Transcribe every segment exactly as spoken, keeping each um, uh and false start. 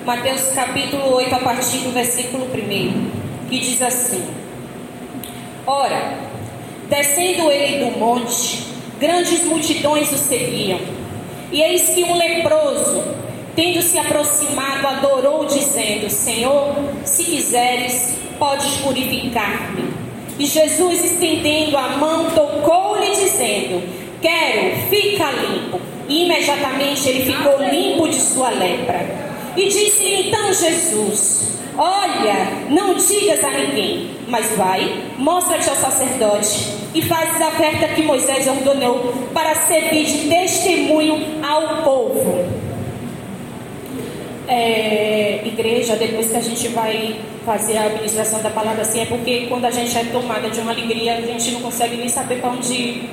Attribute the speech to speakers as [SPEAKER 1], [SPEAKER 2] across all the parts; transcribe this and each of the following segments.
[SPEAKER 1] Mateus capítulo oito, a partir do versículo primeiro, que diz assim: Ora, descendo ele do monte, grandes multidões o seguiam. E eis que um leproso, tendo se aproximado, adorou, dizendo: Senhor, se quiseres, podes purificar-me. E Jesus, estendendo a mão, tocou-lhe, dizendo: Quero, fica limpo. E imediatamente ele ficou limpo de sua lepra. E disse-lhe então Jesus: Olha, não digas a ninguém, mas vai, mostra-te ao sacerdote e fazes a oferta que Moisés ordenou, para servir de testemunho ao povo. É, igreja, depois que a gente vai fazer a administração da palavra assim, é porque quando a gente é tomada de uma alegria, a gente não consegue nem saber para onde ir.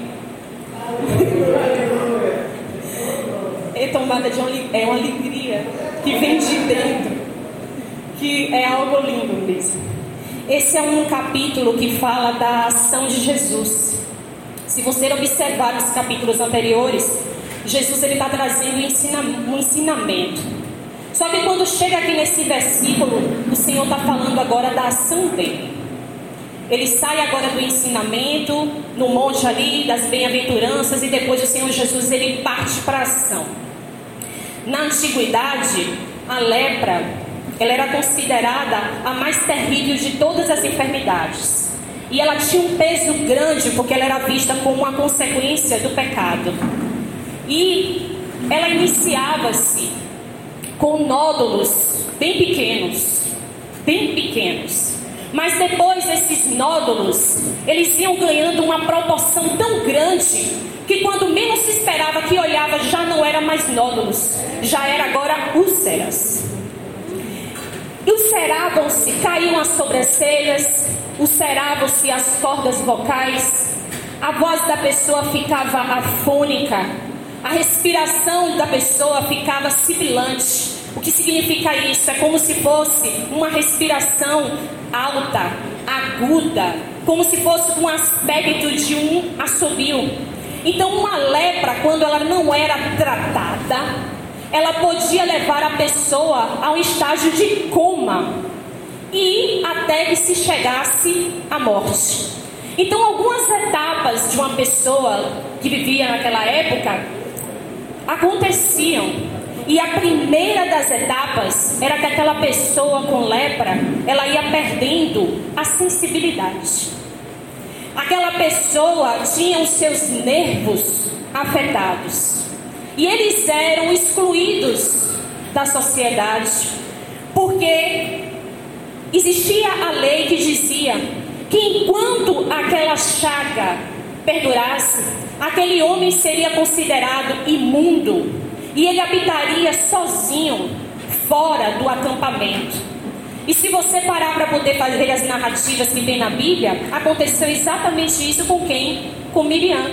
[SPEAKER 1] É tomada de uma, é uma alegria que vem de dentro, que é algo lindo mesmo. Esse é um capítulo que fala da ação de Jesus. Se você observar os capítulos anteriores, Jesus ele está trazendo um ensinamento. Só que quando chega aqui nesse versículo, o Senhor está falando agora da ação dele. Ele sai agora do ensinamento, no monte ali, das bem-aventuranças, e depois o Senhor Jesus ele parte para a ação. Na antiguidade, a lepra, ela era considerada a mais terrível de todas as enfermidades. E ela tinha um peso grande, porque ela era vista como uma consequência do pecado. E ela iniciava-se com nódulos bem pequenos, bem pequenos. Mas depois esses nódulos, eles iam ganhando uma proporção tão grande, que quando menos se esperava que olhava, já não era mais nódulos, já era agora úlceras. Ulceravam-se, caíam as sobrancelhas, ulceravam-se as cordas vocais, a voz da pessoa ficava afônica, a respiração da pessoa ficava sibilante. O que significa isso? É como se fosse uma respiração alta, aguda, como se fosse um aspecto de um assobio. Então uma lepra, quando ela não era tratada, ela podia levar a pessoa a um estágio de coma, e até que se chegasse à morte. Então algumas etapas de uma pessoa que vivia naquela época aconteciam. E a primeira das etapas era que aquela pessoa com lepra, ela ia perdendo a sensibilidade. Aquela pessoa tinha os seus nervos afetados. E eles eram excluídos da sociedade. Porque existia a lei que dizia que enquanto aquela chaga perdurasse, aquele homem seria considerado imundo. E ele habitaria sozinho, fora do acampamento. E se você parar para poder fazer as narrativas que tem na Bíblia, aconteceu exatamente isso com quem? Com Miriam.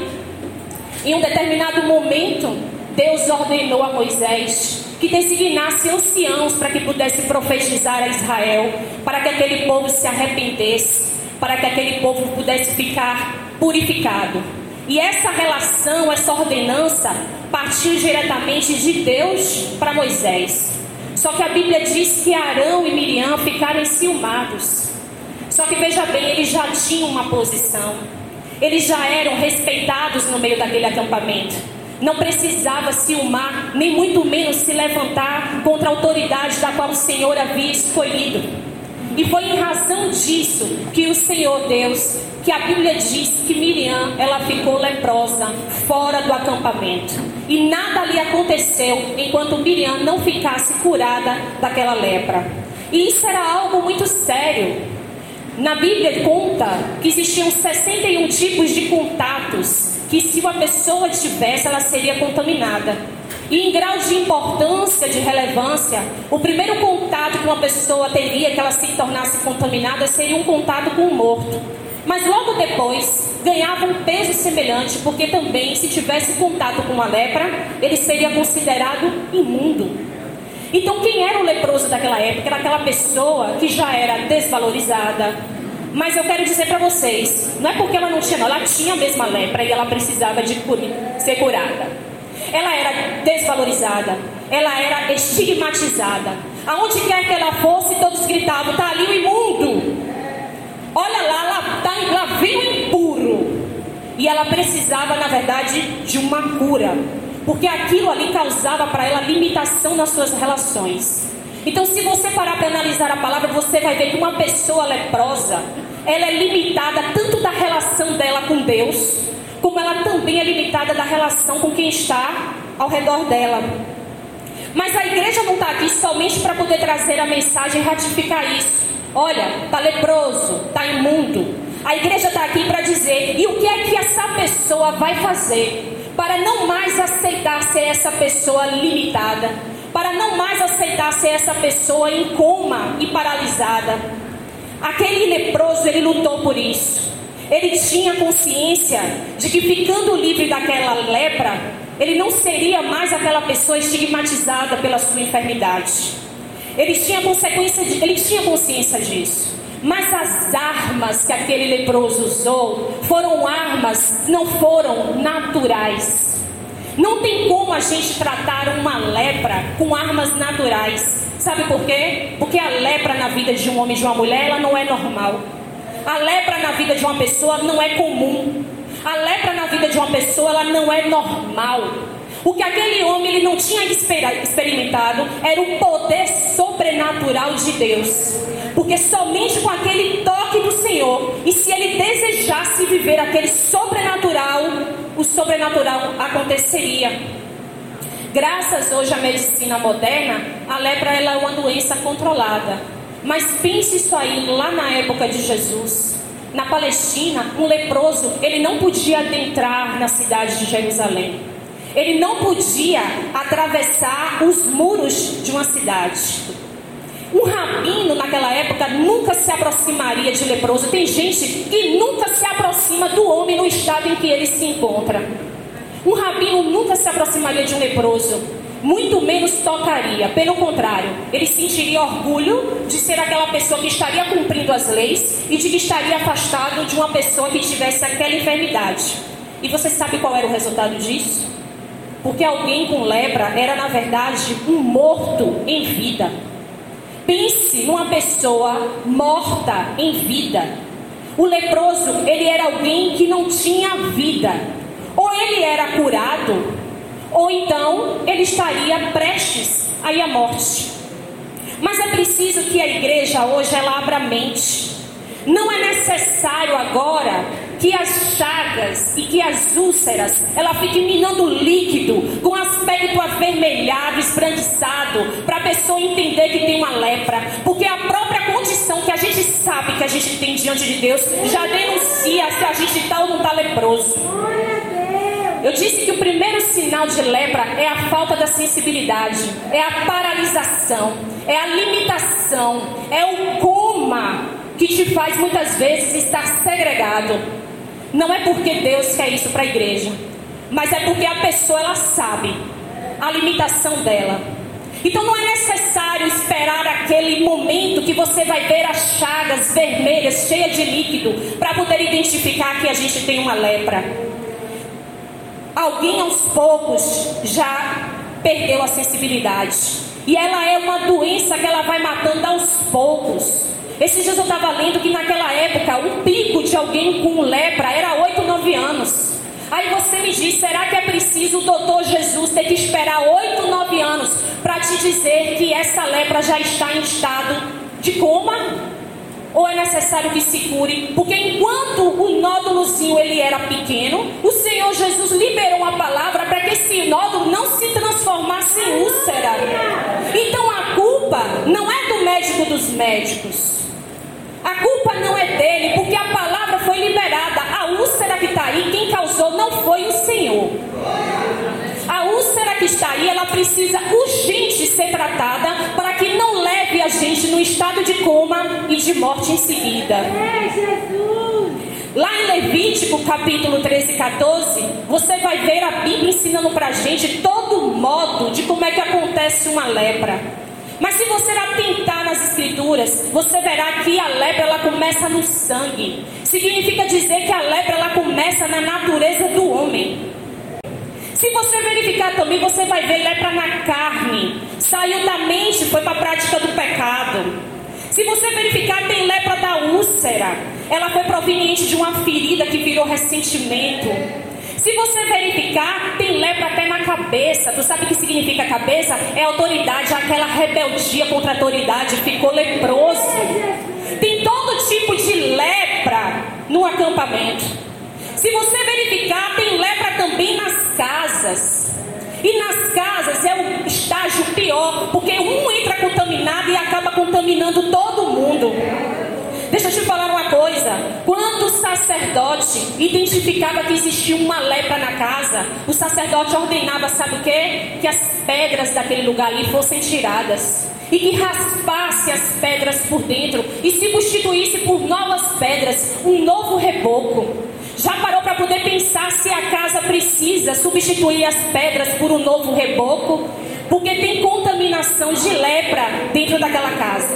[SPEAKER 1] Em um determinado momento, Deus ordenou a Moisés que designasse anciãos para que pudesse profetizar a Israel, para que aquele povo se arrependesse, para que aquele povo pudesse ficar purificado. E essa relação, essa ordenança, partiu diretamente de Deus para Moisés. Só que a Bíblia diz que Arão e Miriam ficaram enciumados. Só que veja bem, eles já tinham uma posição. Eles já eram respeitados no meio daquele acampamento. Não precisava ciumar, nem muito menos se levantar contra a autoridade da qual o Senhor havia escolhido. E foi em razão disso que o Senhor Deus, que a Bíblia diz que Miriam, ela ficou leprosa fora do acampamento. E nada lhe aconteceu enquanto Miriam não ficasse curada daquela lepra. E isso era algo muito sério. Na Bíblia conta que existiam sessenta e um tipos de contatos que, se uma pessoa tivesse, ela seria contaminada. E em grau de importância, de relevância, o primeiro contato que uma pessoa teria que ela se tornasse contaminada seria um contato com o morto. Mas logo depois ganhava um peso semelhante, porque também, se tivesse contato com a lepra, ele seria considerado imundo. Então quem era o leproso daquela época? Era aquela pessoa que já era desvalorizada. Mas eu quero dizer para vocês, não é porque ela não tinha, não, ela tinha a mesma lepra e ela precisava de ser curada. Ela era desvalorizada. ela era estigmatizada. Aonde quer que ela fosse, todos gritavam: está ali o imundo. Olha lá, lá, tá, lá vem o impuro. E ela precisava, na verdade, de uma cura, porque aquilo ali causava para ela limitação nas suas relações. Então, se você parar para analisar a palavra, você vai ver que uma pessoa leprosa, ela é limitada tanto da relação dela com Deus, como ela também é limitada da relação com quem está ao redor dela. Mas a igreja não está aqui somente para poder trazer a mensagem e ratificar isso. Olha, está leproso, está imundo. A igreja está aqui para dizer: e o que é que essa pessoa vai fazer para não mais aceitar ser essa pessoa limitada, para não mais aceitar ser essa pessoa em coma e paralisada? Aquele leproso, ele lutou por isso. Ele tinha consciência de que, ficando livre daquela lepra, ele não seria mais aquela pessoa estigmatizada pela sua enfermidade. Ele tinha, consequência de, ele tinha consciência disso. Mas as armas que aquele leproso usou foram armas, não foram naturais. Não tem como a gente tratar uma lepra com armas naturais. Sabe por quê? Porque a lepra na vida de um homem e de uma mulher, ela não é normal. A lepra na vida de uma pessoa não é comum. A lepra na vida de uma pessoa, ela não é normal. O que aquele homem ele não tinha experimentado era o poder sobrenatural de Deus. Porque somente com aquele toque do Senhor, e se ele desejasse viver aquele sobrenatural, o sobrenatural aconteceria. Graças hoje à medicina moderna, a lepra ela é uma doença controlada. Mas pense isso aí, lá na época de Jesus, na Palestina, um leproso, ele não podia adentrar na cidade de Jerusalém. Ele não podia atravessar os muros de uma cidade. Um rabino naquela época nunca se aproximaria de leproso. Tem gente que nunca se aproxima do homem no estado em que ele se encontra. Um rabino nunca se aproximaria de um leproso, muito menos tocaria. Pelo contrário, ele sentiria orgulho de ser aquela pessoa que estaria cumprindo as leis e de que estaria afastado de uma pessoa que tivesse aquela enfermidade. E você sabe qual era o resultado disso? Porque alguém com lepra era, na verdade, um morto em vida. Pense numa pessoa morta em vida. O leproso, ele era alguém que não tinha vida. Ou ele era curado, ou então ele estaria prestes a ir à morte. Mas é preciso que a igreja hoje ela abra a mente. Não é necessário agora que as chagas e que as úlceras ela fique minando líquido com aspecto avermelhado, esbranquiçado, para a pessoa entender que tem uma lepra, porque a própria condição que a gente sabe que a gente tem diante de Deus já denuncia se a gente está ou não está leproso. Eu disse que o primeiro sinal de lepra é a falta da sensibilidade, é a paralisação, é a limitação, é o coma que te faz muitas vezes estar segregado. Não é porque Deus quer isso para a igreja, mas é porque a pessoa ela sabe a limitação dela. Então não é necessário esperar aquele momento que você vai ver as chagas vermelhas cheias de líquido para poder identificar que a gente tem uma lepra. Alguém aos poucos já perdeu a sensibilidade, e ela é uma doença que ela vai matando aos poucos. Esses dias eu estava lendo que naquela época o pico de alguém com lepra era oito, nove anos. Aí você me diz, será que é preciso o doutor Jesus ter que esperar oito, nove anos para te dizer que essa lepra já está em estado de coma? Ou é necessário que se cure? Porque enquanto o nódulozinho ele era pequeno, o Senhor Jesus liberou uma palavra para que esse nódulo não se transformasse em úlcera. Então a culpa não é do médico dos médicos. A culpa não é dele, porque a palavra foi liberada. A úlcera que está aí, quem causou não foi o Senhor. A úlcera que está aí, ela precisa urgente ser tratada para que não leve a gente no estado de coma e de morte em seguida. Lá em Levítico capítulo treze, quatorze, você vai ver a Bíblia ensinando para a gente todo o modo de como é que acontece uma lepra. Mas se você atentar nas escrituras, você verá que a lepra ela começa no sangue. Significa dizer que a lepra ela começa na natureza do homem. Se você verificar também, você vai ver lepra na carne. Saiu da mente, foi para a prática do pecado. Se você verificar, tem lepra da úlcera. Ela foi proveniente de uma ferida que virou ressentimento. Se você verificar, tem lepra até na cabeça. Tu sabe o que significa cabeça? É autoridade, aquela rebeldia contra a autoridade, ficou leproso. Tem todo tipo de lepra no acampamento. Se você verificar, tem lepra também nas casas. E nas casas é o estágio pior, porque um entra contaminado e acaba contaminando todo mundo. Deixa eu te falar uma coisa. Quando o sacerdote identificava que existia uma lepra na casa, o sacerdote ordenava, sabe o quê? Que as pedras daquele lugar ali fossem tiradas. E que raspasse as pedras por dentro e substituísse por novas pedras, um novo reboco. Já parou para poder pensar se a casa precisa substituir as pedras por um novo reboco? Porque tem contaminação de lepra dentro daquela casa.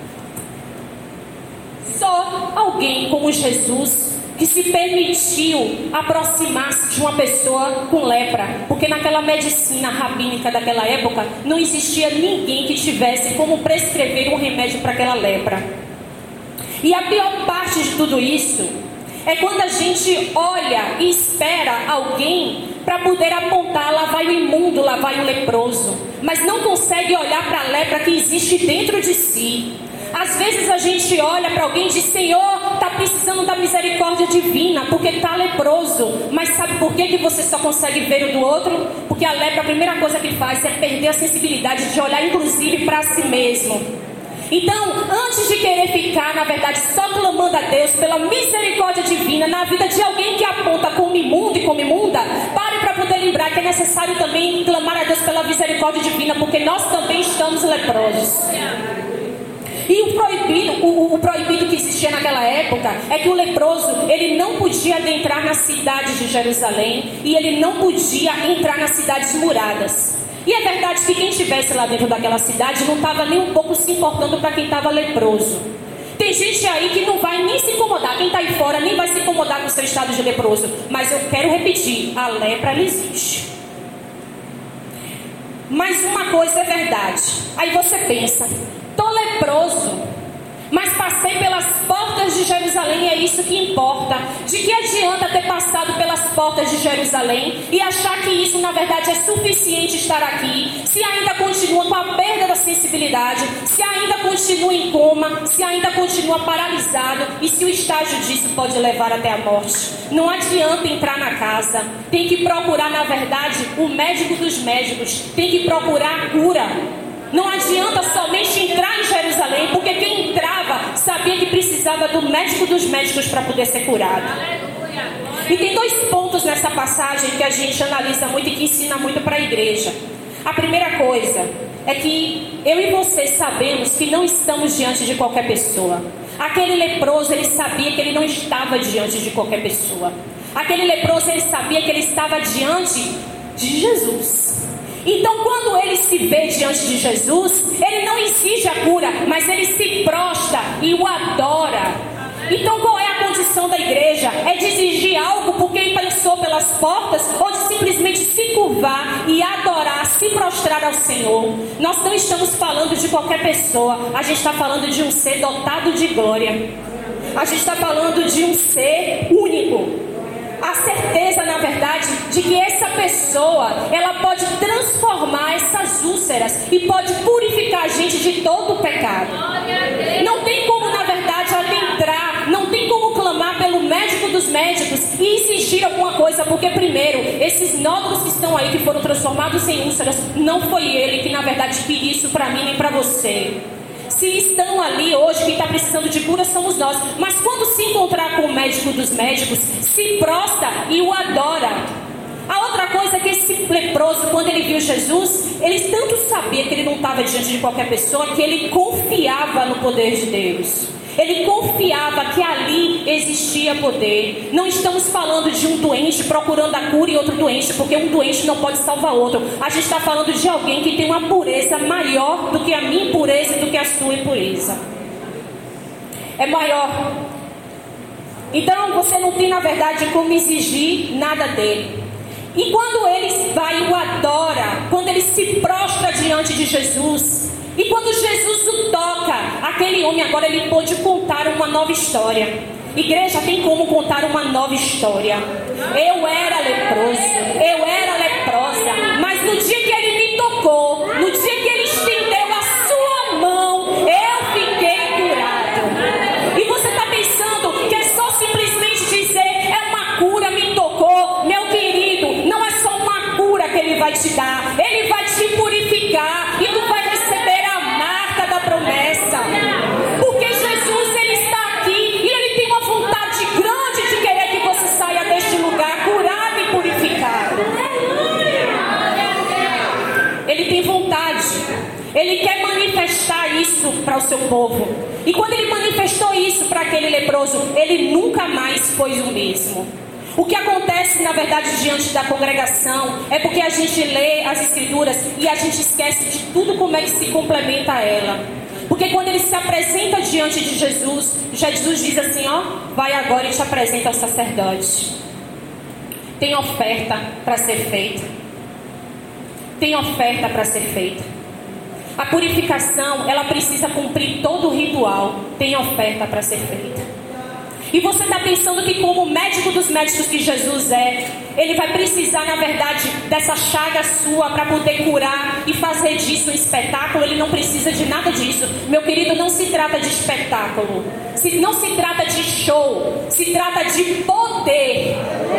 [SPEAKER 1] Só alguém como Jesus que se permitiu aproximar-se de uma pessoa com lepra. Porque naquela medicina rabínica daquela época não existia ninguém que tivesse como prescrever um remédio para aquela lepra. E a pior parte de tudo isso é quando a gente olha e espera alguém para poder apontar, lá vai o imundo, lá vai o leproso, mas não consegue olhar para a lepra que existe dentro de si. Às vezes a gente olha para alguém e diz: Senhor, está precisando da misericórdia divina, porque está leproso. Mas sabe por que, que você só consegue ver o do outro? Porque a lepra, a primeira coisa que faz é perder a sensibilidade de olhar inclusive para si mesmo. Então, antes de querer ficar, na verdade, só clamando a Deus pela misericórdia divina na vida de alguém que aponta como imundo e como imunda, pare para poder lembrar que é necessário também clamar a Deus pela misericórdia divina, porque nós também estamos leprosos. E o proibido, o, o proibido que existia naquela época é que o leproso, ele não podia adentrar nas cidades de Jerusalém e ele não podia entrar nas cidades muradas. E é verdade que quem estivesse lá dentro daquela cidade não estava nem um pouco se importando para quem estava leproso. Tem gente aí que não vai nem se incomodar, quem está aí fora nem vai se incomodar com o seu estado de leproso. Mas eu quero repetir, a lepra ela existe. Mas uma coisa é verdade. Aí você pensa, tô leproso, mas passei pelas portas de Jerusalém e é isso que importa. De que adianta ter passado pelas portas de Jerusalém e achar que isso na verdade é suficiente estar aqui, se ainda continua com a perda da sensibilidade, se ainda continua em coma, se ainda continua paralisado e se o estágio disso pode levar até a morte. Não adianta entrar na casa, tem que procurar na verdade o médico dos médicos, tem que procurar a cura. Não adianta somente entrar em Jerusalém, porque quem entrava sabia que precisava do médico dos médicos para poder ser curado. E tem dois pontos nessa passagem que a gente analisa muito e que ensina muito para a igreja. A primeira coisa é que eu e você sabemos que não estamos diante de qualquer pessoa. Aquele leproso, ele sabia que ele não estava diante de qualquer pessoa. Aquele leproso, ele sabia que ele estava diante de Jesus. Então quando ele se vê diante de Jesus, ele não exige a cura, mas ele se prostra e o adora. Então qual é a condição da igreja? É de exigir algo porque ele passou pelas portas, ou de simplesmente se curvar e adorar, se prostrar ao Senhor? Nós não estamos falando de qualquer pessoa, a gente está falando de um ser dotado de glória. A gente está falando de um ser único. A certeza, na verdade, de que essa pessoa, ela pode transformar essas úlceras e pode purificar a gente de todo o pecado. Não tem como, na verdade, adentrar, não tem como clamar pelo médico dos médicos e exigir alguma coisa, porque primeiro, esses nódulos que estão aí, que foram transformados em úlceras, não foi ele que, na verdade, queria isso para mim nem para você. Se estão ali hoje, quem está precisando de cura somos nós. Mas quando se encontrar com o médico dos médicos, se prostra e o adora. A outra coisa é que esse leproso, quando ele viu Jesus, ele tanto sabia que ele não estava diante de qualquer pessoa, que ele confiava no poder de Deus. Ele confiava que ali existia poder. Não estamos falando de um doente procurando a cura e outro doente, porque um doente não pode salvar outro. A gente está falando de alguém que tem uma pureza maior do que a minha impureza e do que a sua impureza. É maior. Então você não tem na verdade como exigir nada dele. E quando ele vai e o adora, quando ele se prostra diante de Jesus, e quando Jesus o toca, aquele homem agora ele pôde contar uma nova história. Igreja, tem como contar uma nova história. Eu era leproso, eu era leprosa, mas no dia que ele me tocou, no dia que ele estendeu a sua mão, eu fiquei curado. E você está pensando que é só simplesmente dizer, é uma cura, me tocou? Meu querido, não é só uma cura que ele vai te dar, ele vai te purificar e tu vai receber a marca da promessa. Porque Jesus, ele está aqui e ele tem uma vontade grande de querer que você saia deste lugar curado e purificado. Ele tem vontade, ele quer manifestar isso para o seu povo. E quando ele manifestou isso para aquele leproso, ele nunca mais foi o mesmo. O que acontece, na verdade, diante da congregação é porque a gente lê as escrituras e a gente esquece de tudo como é que se complementa a ela. Porque quando ele se apresenta diante de Jesus, Jesus diz assim, ó, vai agora e te apresenta ao sacerdote. Tem oferta para ser feita. Tem oferta para ser feita. A purificação, ela precisa cumprir todo o ritual. Tem oferta para ser feita. E você está pensando que como médico dos médicos que Jesus é, ele vai precisar, na verdade, dessa chaga sua para poder curar e fazer disso um espetáculo? Ele não precisa de nada disso. Meu querido, não se trata de espetáculo. Se, não se trata de show. Se trata de poder.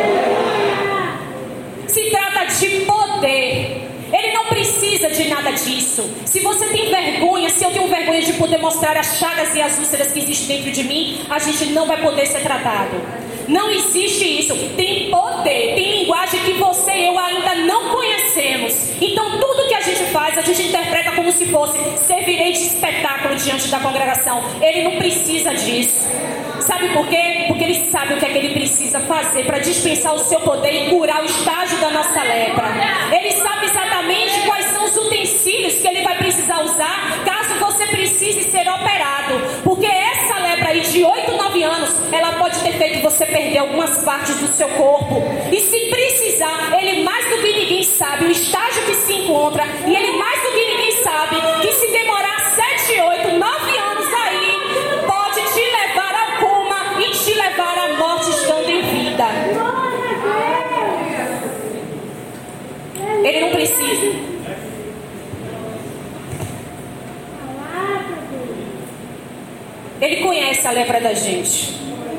[SPEAKER 1] Se trata de poder. Ele não precisa de nada disso. Se você tem vergonha, se eu tenho vergonha de poder mostrar as chagas e as úlceras que existem dentro de mim, a gente não vai poder ser tratado. Não existe isso. Tem poder, tem linguagem que você e eu ainda não conhecemos. Então tudo que a gente faz, a gente interpreta como se fosse servirei de espetáculo diante da congregação. Ele não precisa disso. Sabe por quê? Porque ele sabe o que é que ele precisa fazer para dispensar o seu poder e curar o estágio da nossa lepra. Ele sabe exatamente quais são os utensílios que ele vai precisar usar caso você precise ser operado. Porque essa lepra aí de oito, nove anos, ela pode ter feito você perder algumas partes do seu corpo. E se precisar, ele mais do que ninguém sabe o estágio que se encontra. E ele mais do que ninguém sabe que se demorar sete, oito, nove anos aí, pode te levar a coma e te levar à morte estando em vida. Ele não precisa. Ele conhece a lepra da gente.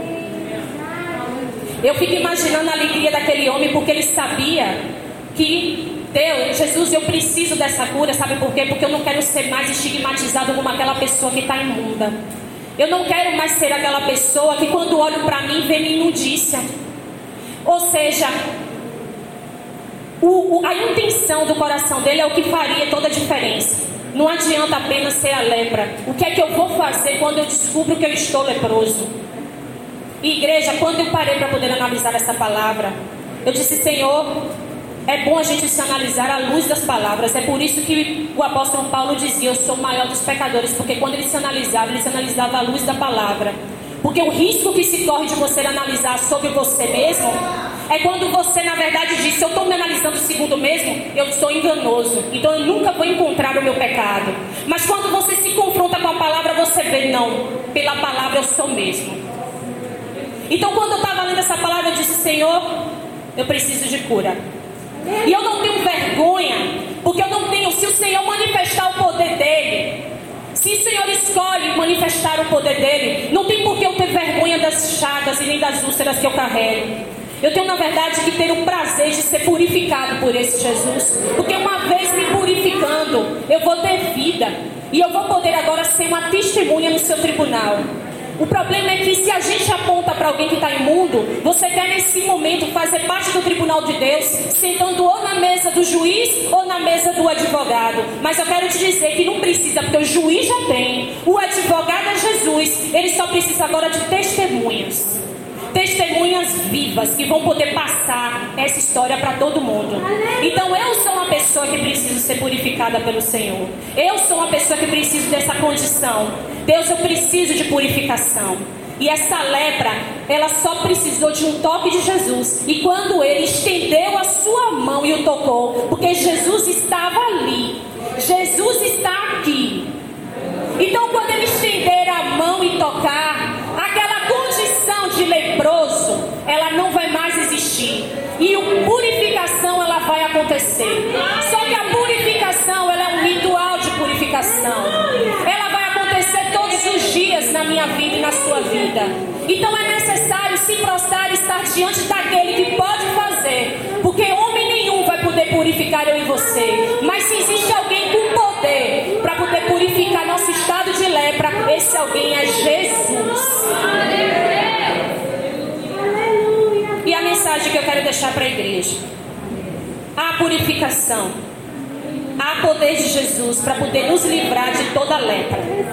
[SPEAKER 1] Eu fico imaginando a alegria daquele homem, porque ele sabia que Deus, Jesus, eu preciso dessa cura. Sabe por quê? Porque eu não quero ser mais estigmatizado como aquela pessoa que está imunda. Eu não quero mais ser aquela pessoa que quando olho para mim vê minha imundícia. Ou seja, o, o, a intenção do coração dele é o que faria toda a diferença. Não adianta apenas ser a lepra. O que é que eu vou fazer quando eu descubro que eu estou leproso? E igreja, quando eu parei para poder analisar essa palavra, eu disse, Senhor, é bom a gente se analisar à luz das palavras. É por isso que o apóstolo Paulo dizia, eu sou o maior dos pecadores. Porque quando ele se analisava, ele se analisava à luz da palavra. Porque o risco que se corre de você analisar sobre você mesmo é quando você, na verdade, diz, se eu estou me analisando segundo mesmo, eu sou enganoso. Então eu nunca vou encontrar o meu pecado. Mas quando você se confronta com a palavra, você vê, não, pela palavra eu sou mesmo. Então quando eu estava lendo essa palavra, eu disse, Senhor, eu preciso de cura. E eu não tenho vergonha, porque eu não tenho, se o Senhor manifestar o poder dele, se o Senhor escolhe manifestar o poder dele, não tem por que eu ter vergonha das chagas e nem das úlceras que eu carrego. Eu tenho, na verdade, que ter o prazer de ser purificado por esse Jesus. Porque uma vez me purificando, eu vou ter vida. E eu vou poder agora ser uma testemunha no seu tribunal. O problema é que se a gente aponta para alguém que está imundo, você quer nesse momento fazer parte do tribunal de Deus, sentando ou na mesa do juiz ou na mesa do advogado. Mas eu quero te dizer que não precisa, porque o juiz já tem, o advogado é Jesus, ele só precisa agora de testemunhas. Testemunhas vivas que vão poder passar essa história para todo mundo. Então eu sou uma pessoa que preciso ser purificada pelo Senhor. Eu sou uma pessoa que preciso dessa condição. Deus, eu preciso de purificação. E essa lepra, ela só precisou de um toque de Jesus. E quando ele estendeu a sua mão e o tocou, porque Jesus estava ali, Jesus está aqui. Então quando ele estender a mão e tocar, aquela condição de leproso, ela não vai mais existir. E a purificação, ela vai acontecer. Só que a purificação, ela é um ritual de purificação. Ela vai acontecer todos os dias na minha vida e na sua vida. Então é necessário se prostrar e estar diante daquele que pode fazer. Porque homem nenhum vai poder purificar eu e você. Mas se existe alguém com poder para poder purificar nosso estado de lepra, esse alguém é Jesus. E a mensagem que eu quero deixar para a igreja: há purificação, há poder de Jesus para poder nos livrar de toda lepra.